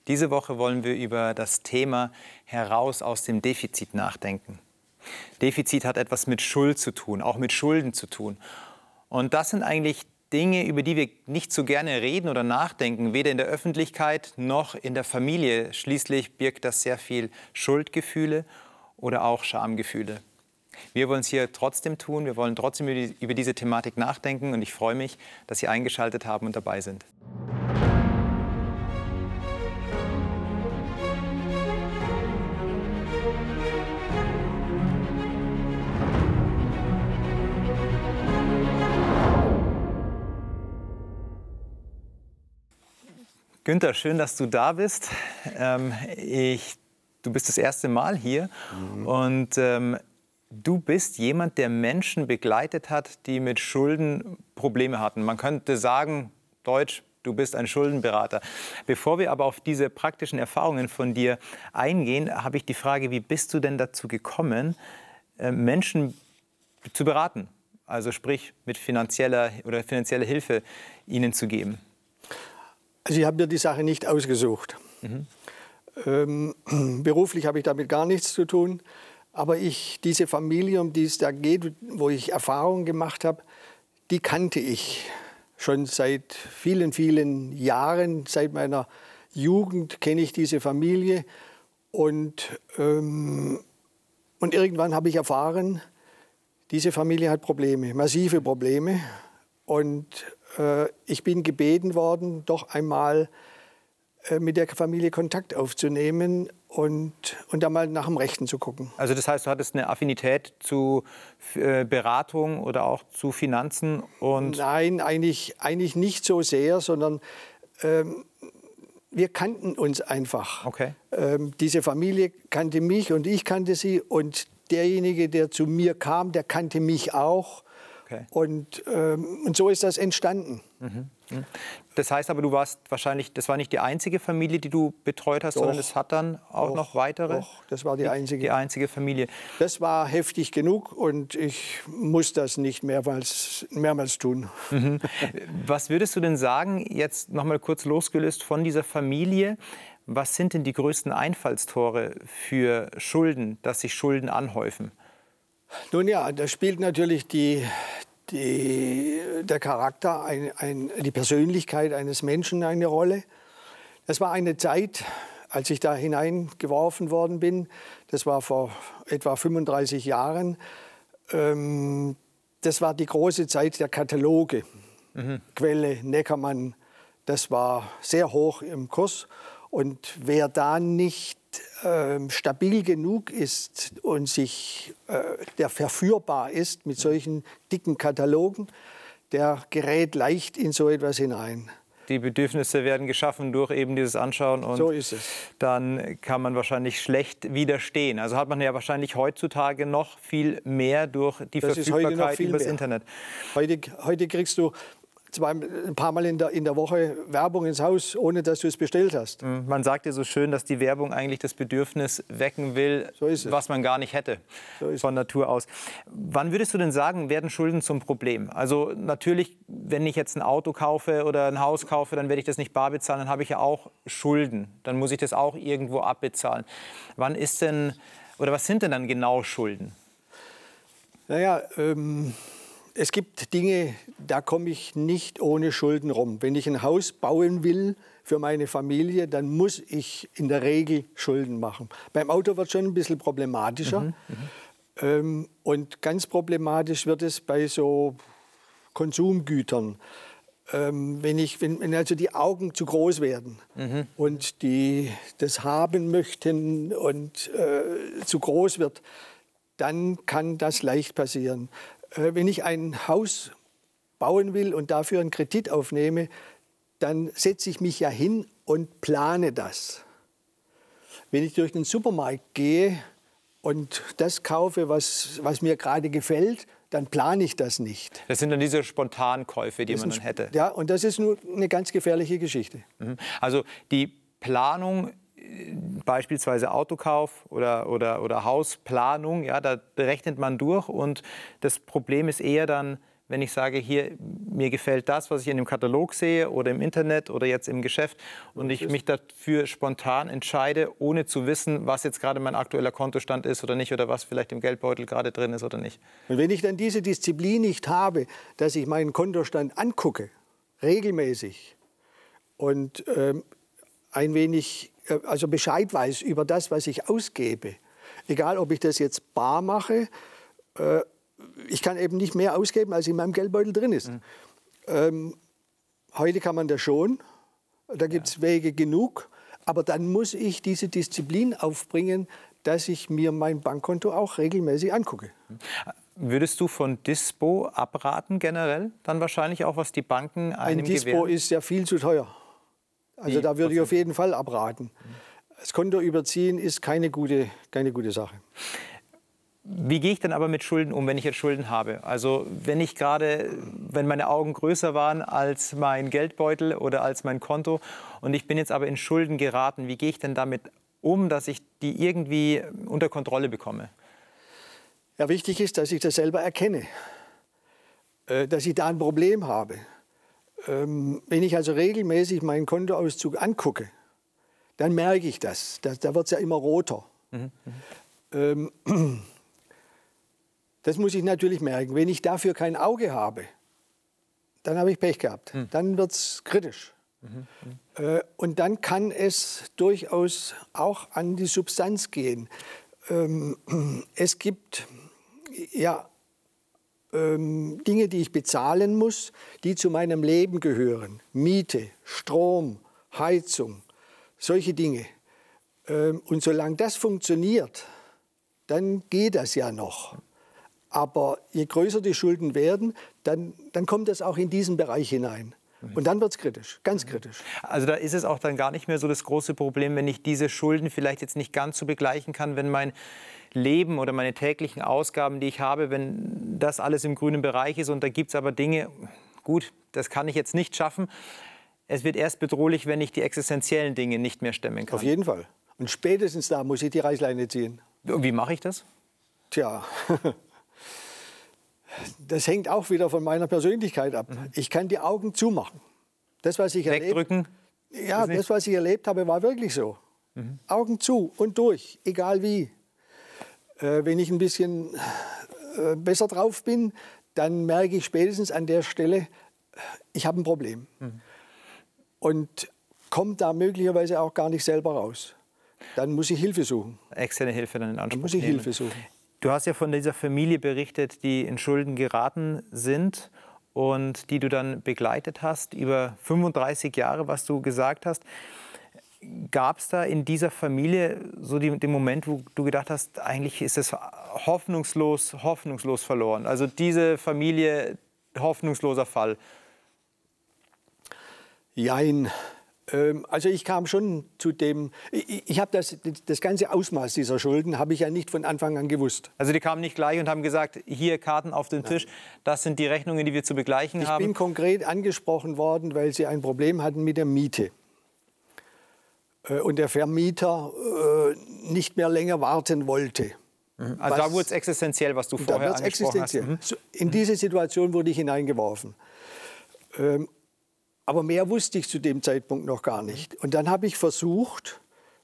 Diese Woche wollen wir über das Thema heraus aus dem Defizit nachdenken. Defizit hat etwas mit Schuld zu tun, auch mit Schulden zu tun. Und das sind eigentlich Dinge, über die wir nicht so gerne reden oder nachdenken, weder in der Öffentlichkeit noch in der Familie. Schließlich birgt das sehr viel Schuldgefühle oder auch Schamgefühle. Wir wollen es hier trotzdem tun, wir wollen trotzdem über diese Thematik nachdenken und ich freue mich, dass Sie eingeschaltet haben und dabei sind. Günther, schön, dass du da bist. Du bist das erste Mal hier und du bist jemand, der Menschen begleitet hat, die mit Schulden Probleme hatten. Man könnte sagen, Deutsch, du bist ein Schuldenberater. Bevor wir aber auf diese praktischen Erfahrungen von dir eingehen, habe ich die Frage, wie bist du denn dazu gekommen, Menschen zu beraten? Also sprich, mit finanzieller Hilfe ihnen zu geben. Also ich habe mir die Sache nicht ausgesucht. Beruflich habe ich damit gar nichts zu tun. Aber diese Familie, um die es da geht, wo ich Erfahrungen gemacht habe, die kannte ich schon seit vielen, vielen Jahren. Seit meiner Jugend kenne ich diese Familie. Und irgendwann habe ich erfahren, diese Familie hat Probleme, massive Probleme. Und ich bin gebeten worden, doch einmal mit der Familie Kontakt aufzunehmen und einmal nach dem Rechten zu gucken. Also das heißt, du hattest eine Affinität zu Beratung oder auch zu Finanzen? Nein, eigentlich nicht so sehr, sondern wir kannten uns einfach. Okay. Diese Familie kannte mich und ich kannte sie und derjenige, der zu mir kam, der kannte mich auch. Okay. Und so ist das entstanden. Das heißt aber, du warst wahrscheinlich, das war nicht die einzige Familie, die du betreut hast, sondern es hat dann auch noch weitere? Doch, das war die einzige. Die einzige Familie. Das war heftig genug und ich muss das nicht mehrmals tun. Was würdest du denn sagen, jetzt noch mal kurz losgelöst von dieser Familie, was sind denn die größten Einfallstore für Schulden, dass sich Schulden anhäufen? Nun ja, da spielt natürlich der Charakter, die Persönlichkeit eines Menschen eine Rolle. Das war eine Zeit, als ich da hineingeworfen worden bin, das war vor etwa 35 Jahren, das war die große Zeit der Kataloge. Quelle, Neckermann, das war sehr hoch im Kurs. Und wer da nicht stabil genug ist und der verführbar ist mit solchen dicken Katalogen, der gerät leicht in so etwas hinein. Die Bedürfnisse werden geschaffen durch eben dieses Anschauen und so ist es. Dann kann man wahrscheinlich schlecht widerstehen. Also hat man ja wahrscheinlich heutzutage noch viel mehr durch die Verfügbarkeit über das Internet. Heute kriegst du ein paar Mal in der Woche Werbung ins Haus, ohne dass du es bestellt hast. Man sagt ja so schön, dass die Werbung eigentlich das Bedürfnis wecken will, was man gar nicht hätte, von Natur aus. Wann würdest du denn sagen, werden Schulden zum Problem? Also natürlich, wenn ich jetzt ein Auto kaufe oder ein Haus kaufe, dann werde ich das nicht bar bezahlen, dann habe ich ja auch Schulden. Dann muss ich das auch irgendwo abbezahlen. Wann ist denn, oder was sind denn dann genau Schulden? Naja, es gibt Dinge, da komme ich nicht ohne Schulden rum. Wenn ich ein Haus bauen will für meine Familie, dann muss ich in der Regel Schulden machen. Beim Auto wird es schon ein bisschen problematischer. Und ganz problematisch wird es bei so Konsumgütern. Wenn also die Augen zu groß werden und die das haben möchten und zu groß wird, dann kann das leicht passieren. Wenn ich ein Haus bauen will und dafür einen Kredit aufnehme, dann setze ich mich ja hin und plane das. Wenn ich durch den Supermarkt gehe und das kaufe, was mir gerade gefällt, dann plane ich das nicht. Das sind dann diese Spontankäufe, die man dann hätte. Ja, und das ist nur eine ganz gefährliche Geschichte. Also die Planung, beispielsweise Autokauf oder Hausplanung, ja, da rechnet man durch und das Problem ist eher dann, wenn ich sage, hier, mir gefällt das, was ich in dem Katalog sehe oder im Internet oder jetzt im Geschäft und ich mich dafür spontan entscheide, ohne zu wissen, was jetzt gerade mein aktueller Kontostand ist oder nicht oder was vielleicht im Geldbeutel gerade drin ist oder nicht. Und wenn ich dann diese Disziplin nicht habe, dass ich meinen Kontostand angucke, regelmäßig und ein wenig also Bescheid weiß über das, was ich ausgebe, egal ob ich das jetzt bar mache, ich kann eben nicht mehr ausgeben, als in meinem Geldbeutel drin ist. Heute kann man das schon, da gibt es Wege genug, aber dann muss ich diese Disziplin aufbringen, dass ich mir mein Bankkonto auch regelmäßig angucke. Würdest du von Dispo abraten generell? Dann wahrscheinlich auch, was die Banken einem Ein Dispo gewähren? ist ja viel zu teuer. Also da würde ich auf jeden Fall abraten. Das Konto überziehen ist keine gute Sache. Wie gehe ich dann aber mit Schulden um, wenn ich jetzt Schulden habe? Also wenn meine Augen größer waren als mein Geldbeutel oder als mein Konto und ich bin jetzt aber in Schulden geraten, wie gehe ich denn damit um, dass ich die irgendwie unter Kontrolle bekomme? Ja, wichtig ist, dass ich das selber erkenne, dass ich da ein Problem habe. Wenn ich also regelmäßig meinen Kontoauszug angucke, dann merke ich das. Da wird es ja immer roter. Das muss ich natürlich merken. Wenn ich dafür kein Auge habe, dann habe ich Pech gehabt. Dann wird es kritisch. Und dann kann es durchaus auch an die Substanz gehen. Es gibt ja Dinge, die ich bezahlen muss, die zu meinem Leben gehören. Miete, Strom, Heizung, solche Dinge. Und solange das funktioniert, dann geht das ja noch. Aber je größer die Schulden werden, dann kommt das auch in diesen Bereich hinein. Und dann wird es kritisch, ganz kritisch. Also da ist es auch dann gar nicht mehr so das große Problem, wenn ich diese Schulden vielleicht jetzt nicht ganz so begleichen kann, wenn mein Leben oder meine täglichen Ausgaben, die ich habe, wenn das alles im grünen Bereich ist und da gibt es aber Dinge, gut, das kann ich jetzt nicht schaffen. Es wird erst bedrohlich, wenn ich die existenziellen Dinge nicht mehr stemmen kann. Auf jeden Fall. Und spätestens da muss ich die Reißleine ziehen. Und wie mache ich das? Tja, das hängt auch wieder von meiner Persönlichkeit ab. Ich kann die Augen zumachen. Das, was ich Wegdrücken? Das, was ich erlebt habe, war wirklich so. Augen zu und durch, egal wie. Wenn ich ein bisschen besser drauf bin, dann merke ich spätestens an der Stelle, ich habe ein Problem. Und komme da möglicherweise auch gar nicht selber raus. Dann muss ich Hilfe suchen. Externe Hilfe dann in Anspruch Dann muss ich nehmen. Hilfe suchen. Du hast ja von dieser Familie berichtet, die in Schulden geraten sind und die du dann begleitet hast über 35 Jahre, was du gesagt hast. Gab es da in dieser Familie so den Moment, wo du gedacht hast, eigentlich ist es hoffnungslos verloren? Also diese Familie, hoffnungsloser Fall. Jein. Also ich kam schon zu dem, ich habe das ganze Ausmaß dieser Schulden habe ich ja nicht von Anfang an gewusst. Also die kamen nicht gleich und haben gesagt, hier Karten auf den Tisch, das sind die Rechnungen, die wir zu begleichen haben. Ich bin konkret angesprochen worden, weil sie ein Problem hatten mit der Miete. Und der Vermieter nicht mehr länger warten wollte. Also da wurde es existenziell, was du vorher angesprochen hast. In diese Situation wurde ich hineingeworfen. Aber mehr wusste ich zu dem Zeitpunkt noch gar nicht. Und dann habe ich versucht,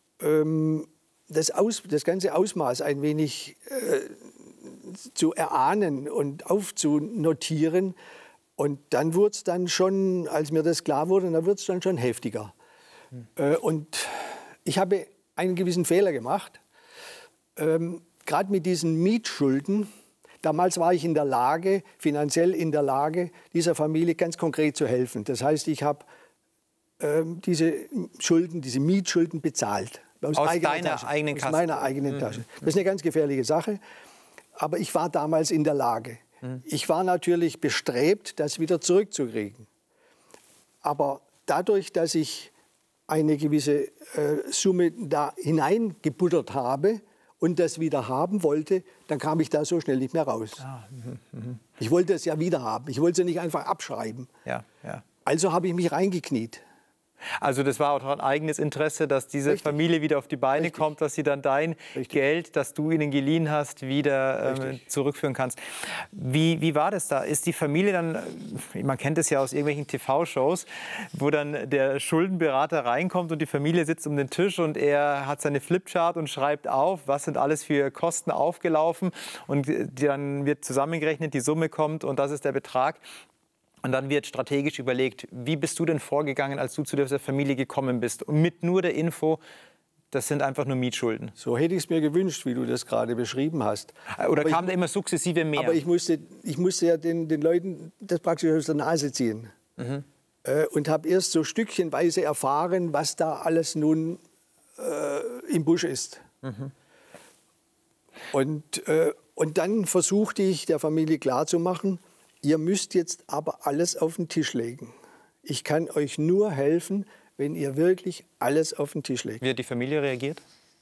das ganze Ausmaß ein wenig zu erahnen und aufzunotieren. Und dann wurde es dann schon, als mir das klar wurde, dann wurde es dann schon heftiger. Und ich habe einen gewissen Fehler gemacht. Gerade mit diesen Mietschulden. Damals war ich in der Lage, finanziell in der Lage, dieser Familie ganz konkret zu helfen. Das heißt, ich habe diese Mietschulden bezahlt. Aus deiner eigenen Kasse? Aus meiner eigenen Tasche. Das ist eine ganz gefährliche Sache. Aber ich war damals in der Lage. Ich war natürlich bestrebt, das wieder zurückzukriegen. Aber dadurch, dass ich eine gewisse Summe da hineingebuttert habe, und das wieder haben wollte, dann kam ich da so schnell nicht mehr raus. Ich wollte es ja wieder haben. Ich wollte es ja nicht einfach abschreiben. Ja. Also habe ich mich reingekniet. Also das war auch ein eigenes Interesse, dass diese Richtig. Familie wieder auf die Beine Richtig. kommt, dass sie dann dein Richtig. Geld, das du ihnen geliehen hast, wieder zurückführen kannst. Wie war das da? Ist die Familie dann, man kennt es ja aus irgendwelchen TV-Shows, wo dann der Schuldenberater reinkommt und die Familie sitzt um den Tisch und er hat seine Flipchart und schreibt auf, was sind alles für Kosten aufgelaufen, und dann wird zusammengerechnet, die Summe kommt und das ist der Betrag. Und dann wird strategisch überlegt, wie bist du denn vorgegangen, als du zu dieser Familie gekommen bist? Und mit nur der Info, das sind einfach nur Mietschulden. So hätte ich es mir gewünscht, wie du das gerade beschrieben hast. Oder Aber kam da immer sukzessive mehr? Aber ich musste ja den Leuten das praktisch aus der Nase ziehen. Und habe erst so stückchenweise erfahren, was da alles nun im Busch ist. Und dann versuchte ich der Familie klarzumachen, ihr müsst jetzt aber alles auf den Tisch legen. Ich kann euch nur helfen, wenn ihr wirklich alles auf den Tisch legt. Wie hat die Familie reagiert?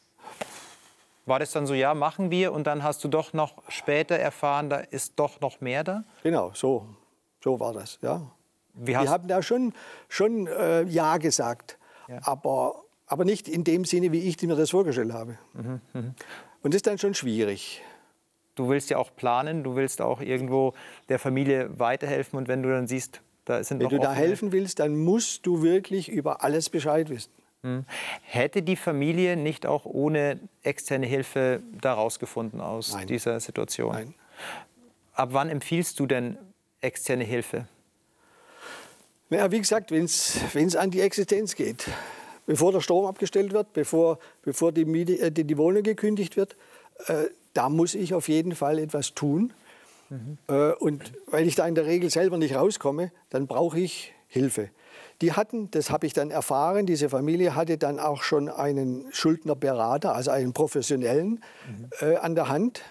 War das dann so, ja, machen wir, und dann hast du doch noch später erfahren, da ist doch noch mehr da? Genau, so war das, ja. Wie Wir haben da schon Ja gesagt, Ja. aber nicht in dem Sinne, wie ich mir das vorgestellt habe. Und das ist dann schon schwierig. Du willst ja auch planen, du willst auch irgendwo der Familie weiterhelfen, und wenn du dann siehst, da sind Wenn noch du da offene- helfen willst, dann musst du wirklich über alles Bescheid wissen. Hätte die Familie nicht auch ohne externe Hilfe da rausgefunden aus Nein. dieser Situation? Nein. Ab wann empfiehlst du denn externe Hilfe? Naja, wie gesagt, wenn es an die Existenz geht, bevor der Strom abgestellt wird, bevor die Wohnung gekündigt wird, da muss ich auf jeden Fall etwas tun. Und weil ich da in der Regel selber nicht rauskomme, dann brauche ich Hilfe. Die hatten, das habe ich dann erfahren, diese Familie hatte dann auch schon einen Schuldnerberater, also einen Professionellen an der Hand.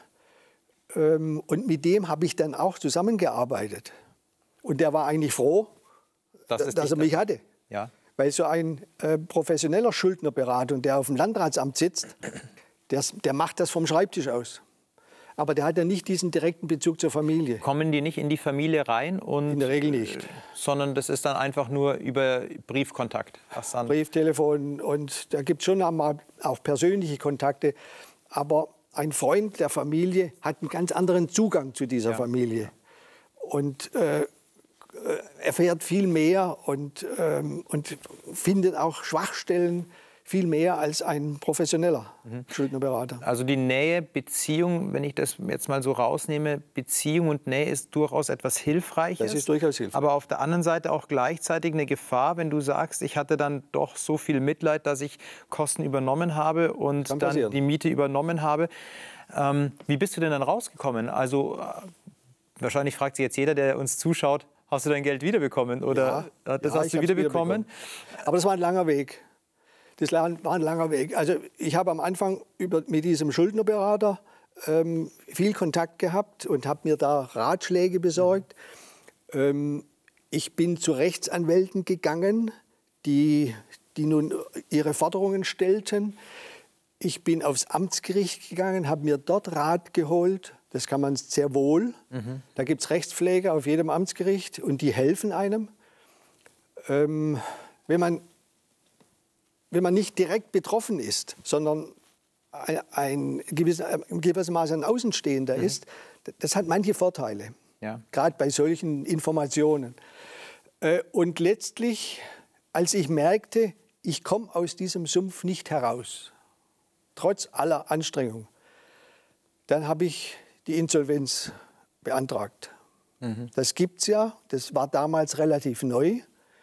Und mit dem habe ich dann auch zusammengearbeitet. Und der war eigentlich froh, dass er mich hatte. Ja. Weil so ein professioneller Schuldnerberater, der auf dem Landratsamt sitzt, der macht das vom Schreibtisch aus. Aber der hat ja nicht diesen direkten Bezug zur Familie. Kommen die nicht in die Familie rein? Und, In der Regel nicht. Sondern das ist dann einfach nur über Briefkontakt. Was dann Brief, Telefon, und da gibt es schon einmal auch persönliche Kontakte. Aber ein Freund der Familie hat einen ganz anderen Zugang zu dieser Familie. Und erfährt viel mehr und findet auch Schwachstellen viel mehr als ein professioneller Schuldnerberater. Also die Nähe, Beziehung, wenn ich das jetzt mal so rausnehme, Beziehung und Nähe ist durchaus etwas Hilfreiches. Das ist durchaus hilfreich. Aber auf der anderen Seite auch gleichzeitig eine Gefahr, wenn du sagst, ich hatte dann doch so viel Mitleid, dass ich Kosten übernommen habe und Kann dann passieren. die Miete übernommen habe. Wie bist du denn dann rausgekommen? Also wahrscheinlich fragt sich jetzt jeder, der uns zuschaut, hast du dein Geld wiederbekommen? Oder das hast ich du hab's wiederbekommen? Aber das war ein langer Weg. Das war ein langer Weg. Also ich habe am Anfang mit diesem Schuldnerberater viel Kontakt gehabt und habe mir da Ratschläge besorgt. Ich bin zu Rechtsanwälten gegangen, die nun ihre Forderungen stellten. Ich bin aufs Amtsgericht gegangen, habe mir dort Rat geholt. Das kann man sehr wohl. Da gibt es Rechtspfleger auf jedem Amtsgericht und die helfen einem. Wenn man nicht direkt betroffen ist, sondern gewissermaßen ein Außenstehender ist, das hat manche Vorteile. Ja. Gerade bei solchen Informationen. Und letztlich, als ich merkte, ich komme aus diesem Sumpf nicht heraus, trotz aller Anstrengung, dann habe ich die Insolvenz beantragt. Das gibt es ja, das war damals relativ neu.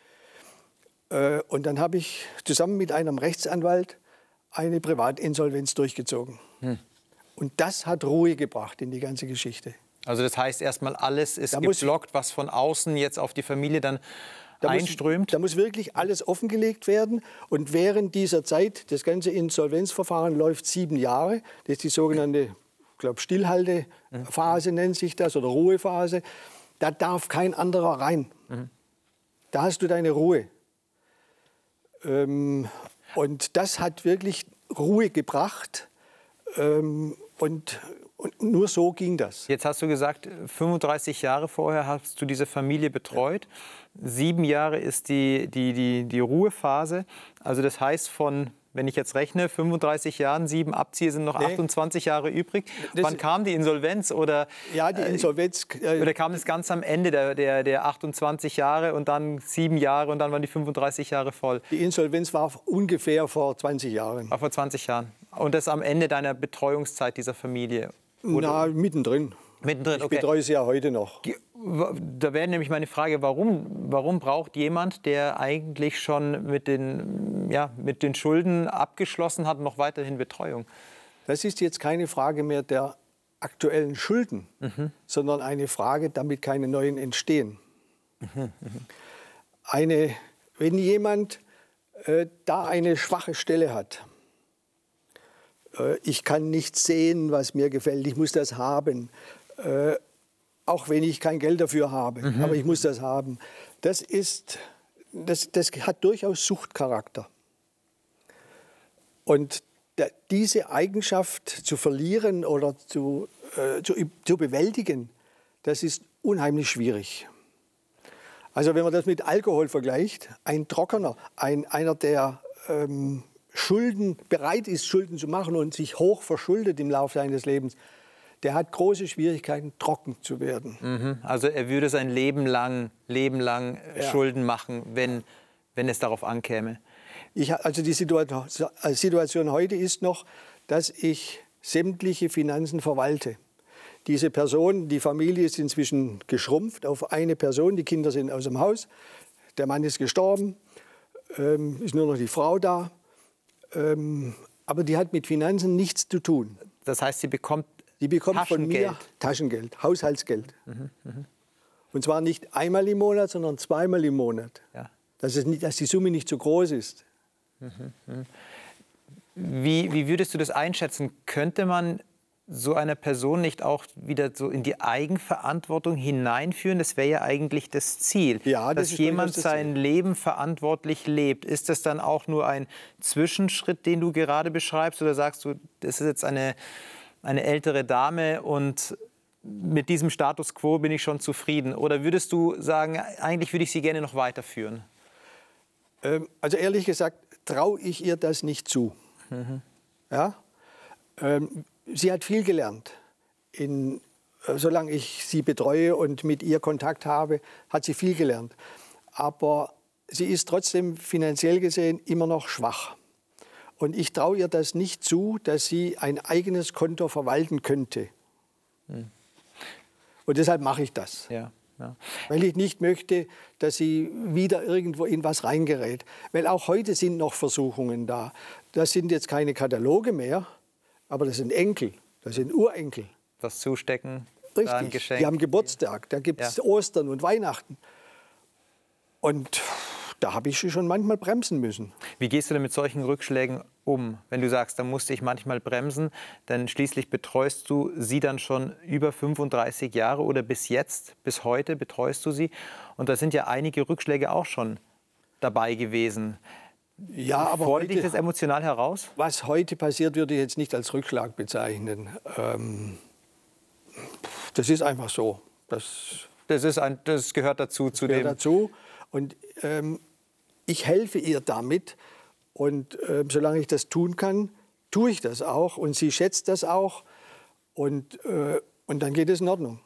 Und dann habe ich zusammen mit einem Rechtsanwalt eine Privatinsolvenz durchgezogen. Und das hat Ruhe gebracht in die ganze Geschichte. Also das heißt erstmal, alles ist geblockt, was von außen jetzt auf die Familie dann einströmt? Da muss wirklich alles offengelegt werden. Und während dieser Zeit, das ganze Insolvenzverfahren läuft 7 Jahre. Das ist die sogenannte, ich glaube, Stillhaltephase nennt sich das, oder Ruhephase. Da darf kein anderer rein. Da hast du deine Ruhe. Und das hat wirklich Ruhe gebracht. Und Und nur so ging das. Jetzt hast du gesagt, 35 Jahre vorher hast du diese Familie betreut. 7 Jahre ist die Ruhephase. Also das heißt von, wenn ich jetzt rechne, 35 Jahren, 7 abziehe, sind noch 28 Jahre übrig. Wann kam die Insolvenz? Oder, ja, die Insolvenz. Oder kam es ganz am Ende der 28 Jahre und dann 7 Jahre und dann waren die 35 Jahre voll? Die Insolvenz war ungefähr vor 20 Jahren. War vor 20 Jahren. Und das am Ende deiner Betreuungszeit dieser Familie? Oder? Na, mittendrin. Mittendrin, okay. Ich betreue sie ja heute noch. Da wäre nämlich meine Frage, warum braucht jemand, der eigentlich schon mit den Schulden abgeschlossen hat, noch weiterhin Betreuung? Das ist jetzt keine Frage mehr der aktuellen Schulden, sondern eine Frage, damit keine neuen entstehen. Wenn jemand da eine schwache Stelle hat, ich kann nicht sehen, was mir gefällt, ich muss das haben, auch wenn ich kein Geld dafür habe, aber ich muss das haben. Das hat durchaus Suchtcharakter. Und diese Eigenschaft zu verlieren oder zu bewältigen, das ist unheimlich schwierig. Also wenn man das mit Alkohol vergleicht, ein Trockener, einer, der bereit ist, Schulden zu machen und sich hoch verschuldet im Laufe seines Lebens, der hat große Schwierigkeiten, trocken zu werden. Also er würde sein Leben lang Schulden machen, wenn es darauf ankäme. Also die Situation heute ist noch, dass ich sämtliche Finanzen verwalte. Diese Person, die Familie ist inzwischen geschrumpft auf eine Person, die Kinder sind aus dem Haus, der Mann ist gestorben, ist nur noch die Frau da. Aber die hat mit Finanzen nichts zu tun. Das heißt, sie bekommt von mir Taschengeld, Haushaltsgeld. Und zwar nicht einmal im Monat, sondern zweimal im Monat. Ja. Dass die Summe nicht so groß ist. Wie würdest du das einschätzen? Könnte man so einer Person nicht auch wieder so in die Eigenverantwortung hineinführen? Das wäre ja eigentlich das Ziel, ja, dass jemand sein Leben verantwortlich lebt. Ist das dann auch nur ein Zwischenschritt, den du gerade beschreibst? Oder sagst du, das ist jetzt eine ältere Dame und mit diesem Status quo bin ich schon zufrieden? Oder würdest du sagen, eigentlich würde ich sie gerne noch weiterführen? Also ehrlich gesagt, traue ich ihr das nicht zu. Ja? Sie hat viel gelernt. Solange ich sie betreue und mit ihr Kontakt habe, hat sie viel gelernt. Aber sie ist trotzdem finanziell gesehen immer noch schwach. Und ich traue ihr das nicht zu, dass sie ein eigenes Konto verwalten könnte. Und deshalb mache ich das. Ja. Ja. Weil ich nicht möchte, dass sie wieder irgendwo in was reingerät. Weil auch heute sind noch Versuchungen da. Das sind jetzt keine Kataloge mehr, aber das sind Enkel, das sind Urenkel. Was zustecken, richtig, ein Geschenk. Die haben Geburtstag, da gibt es Ostern und Weihnachten. Und da habe ich sie schon manchmal bremsen müssen. Wie gehst du denn mit solchen Rückschlägen um? Wenn du sagst, da musste ich manchmal bremsen, denn schließlich betreust du sie dann schon über 35 Jahre oder bis heute betreust du sie. Und da sind ja einige Rückschläge auch schon dabei gewesen. Ja, aber fordert dich das emotional heraus? Was heute passiert, würde ich jetzt nicht als Rückschlag bezeichnen. Das ist einfach so. Das gehört dazu. Dazu. Und ich helfe ihr damit. Und solange ich das tun kann, tue ich das auch. Und sie schätzt das auch. Und dann geht es in Ordnung.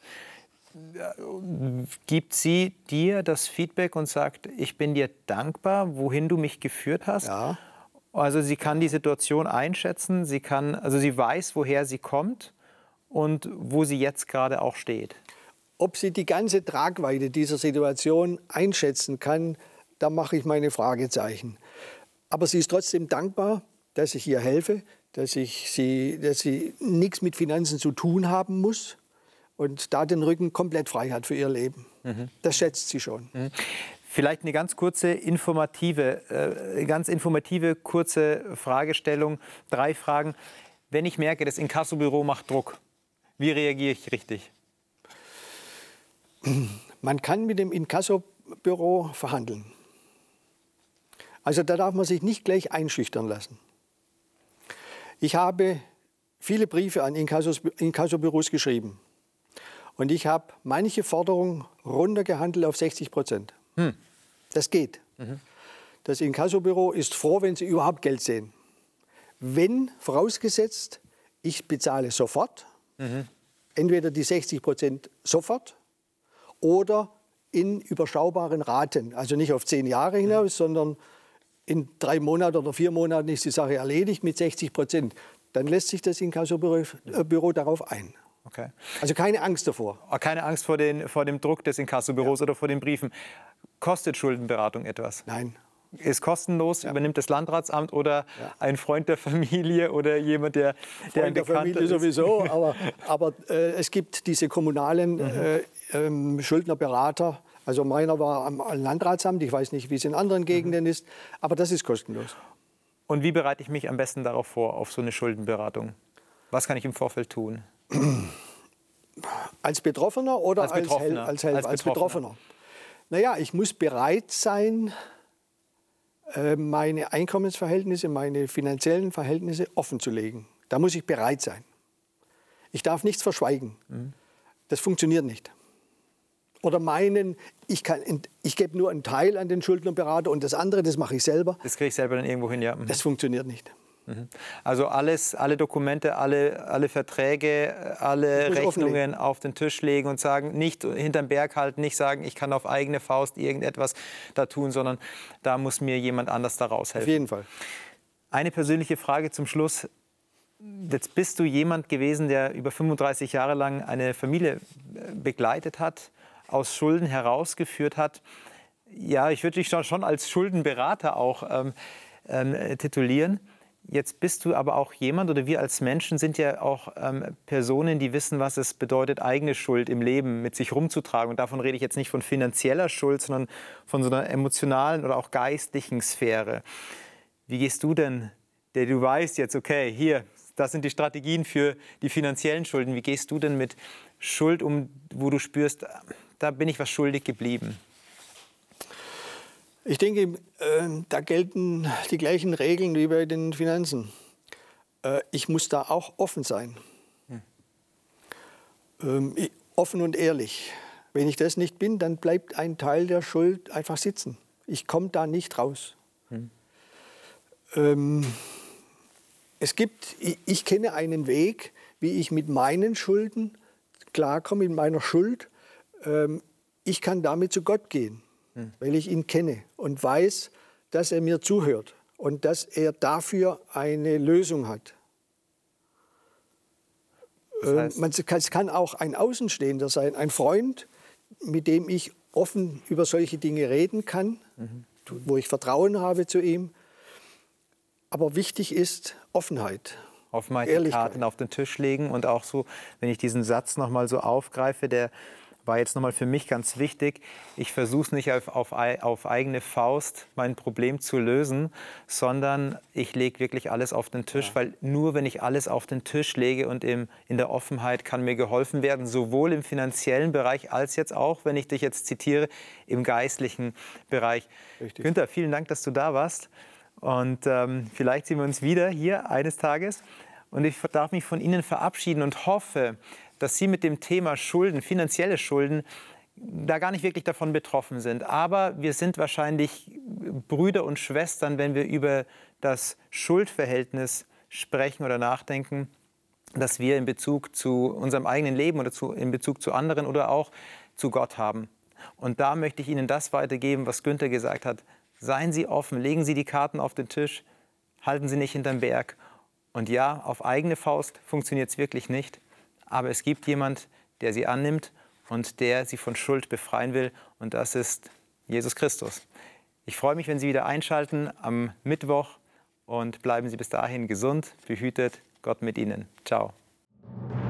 Gibt sie dir das Feedback und sagt, ich bin dir dankbar, wohin du mich geführt hast? Ja. Also sie kann die Situation einschätzen, sie weiß, woher sie kommt und wo sie jetzt gerade auch steht. Ob sie die ganze Tragweite dieser Situation einschätzen kann, da mache ich meine Fragezeichen. Aber sie ist trotzdem dankbar, dass ich ihr helfe, dass sie nichts mit Finanzen zu tun haben muss. Und da den Rücken komplett frei hat für ihr Leben. Das schätzt sie schon. Vielleicht eine ganz informative, kurze Fragestellung. 3 Fragen. Wenn ich merke, das Inkassobüro macht Druck, wie reagiere ich richtig? Man kann mit dem Inkassobüro verhandeln. Also da darf man sich nicht gleich einschüchtern lassen. Ich habe viele Briefe an Inkassobüros geschrieben. Und ich habe manche Forderungen runtergehandelt auf 60%. Das geht. Das Inkassobüro ist froh, wenn sie überhaupt Geld sehen. Wenn, vorausgesetzt, ich bezahle sofort, entweder die 60% sofort oder in überschaubaren Raten. Also nicht auf 10 Jahre hinaus, sondern in 3 Monaten oder 4 Monaten ist die Sache erledigt mit 60%. Dann lässt sich das Inkassobüro darauf ein. Okay. Also keine Angst davor. Keine Angst vor dem Druck des Inkassobüros oder vor den Briefen. Kostet Schuldenberatung etwas? Nein. Ist kostenlos, übernimmt das Landratsamt oder ein Freund der Familie oder jemand, der ein Bekannter ist? Sowieso, aber es gibt diese kommunalen Schuldnerberater. Also meiner war am Landratsamt, ich weiß nicht, wie es in anderen Gegenden ist, aber das ist kostenlos. Und wie bereite ich mich am besten darauf vor, auf so eine Schuldenberatung? Was kann ich im Vorfeld tun? Als Betroffener oder als Betroffener? Als Betroffener. Naja, ich muss bereit sein, meine Einkommensverhältnisse, meine finanziellen Verhältnisse offen zu legen. Da muss ich bereit sein. Ich darf nichts verschweigen. Das funktioniert nicht. Oder meinen, ich gebe nur einen Teil an den Schuldnerberater und das andere, das mache ich selber. Das kriege ich selber dann irgendwo hin, ja. Das funktioniert nicht. Also alles, alle Dokumente, alle Verträge, alle Rechnungen auf den Tisch legen und sagen, nicht hinterm Berg halten, nicht sagen, ich kann auf eigene Faust irgendetwas da tun, sondern da muss mir jemand anders da raushelfen. Auf jeden Fall. Eine persönliche Frage zum Schluss. Jetzt bist du jemand gewesen, der über 35 Jahre lang eine Familie begleitet hat, aus Schulden herausgeführt hat. Ja, ich würde dich schon als Schuldenberater auch titulieren. Jetzt bist du aber auch jemand, oder wir als Menschen sind ja auch Personen, die wissen, was es bedeutet, eigene Schuld im Leben mit sich rumzutragen. Und davon rede ich jetzt nicht von finanzieller Schuld, sondern von so einer emotionalen oder auch geistlichen Sphäre. Wie gehst du denn, der du weißt jetzt, okay, hier, das sind die Strategien für die finanziellen Schulden. Wie gehst du denn mit Schuld um, wo du spürst, da bin ich was schuldig geblieben? Ich denke, da gelten die gleichen Regeln wie bei den Finanzen. Ich muss da auch offen sein. Offen und ehrlich. Wenn ich das nicht bin, dann bleibt ein Teil der Schuld einfach sitzen. Ich komme da nicht raus. Ich kenne einen Weg, wie ich mit meinen Schulden klarkomme, mit meiner Schuld. Ich kann damit zu Gott gehen, weil ich ihn kenne und weiß, dass er mir zuhört und dass er dafür eine Lösung hat. Das heißt, es kann auch ein Außenstehender sein, ein Freund, mit dem ich offen über solche Dinge reden kann, wo ich Vertrauen habe zu ihm. Aber wichtig ist Offenheit. Offenheit, die Karten auf den Tisch legen und auch so, wenn ich diesen Satz noch mal so aufgreife, der war jetzt noch mal für mich ganz wichtig. Ich versuche es nicht auf eigene Faust, mein Problem zu lösen, sondern ich lege wirklich alles auf den Tisch, weil nur wenn ich alles auf den Tisch lege und in der Offenheit kann mir geholfen werden, sowohl im finanziellen Bereich als jetzt auch, wenn ich dich jetzt zitiere, im geistlichen Bereich. Richtig. Günther, vielen Dank, dass du da warst. Und vielleicht sehen wir uns wieder hier eines Tages. Und ich darf mich von Ihnen verabschieden und hoffe, dass Sie mit dem Thema Schulden, finanzielle Schulden, da gar nicht wirklich davon betroffen sind. Aber wir sind wahrscheinlich Brüder und Schwestern, wenn wir über das Schuldverhältnis sprechen oder nachdenken, das wir in Bezug zu unserem eigenen Leben oder in Bezug zu anderen oder auch zu Gott haben. Und da möchte ich Ihnen das weitergeben, was Günther gesagt hat. Seien Sie offen, legen Sie die Karten auf den Tisch, halten Sie nicht hinterm Berg. Und ja, auf eigene Faust funktioniert es wirklich nicht. Aber es gibt jemand, der Sie annimmt und der Sie von Schuld befreien will. Und das ist Jesus Christus. Ich freue mich, wenn Sie wieder einschalten am Mittwoch. Und bleiben Sie bis dahin gesund, behütet, Gott mit Ihnen. Ciao.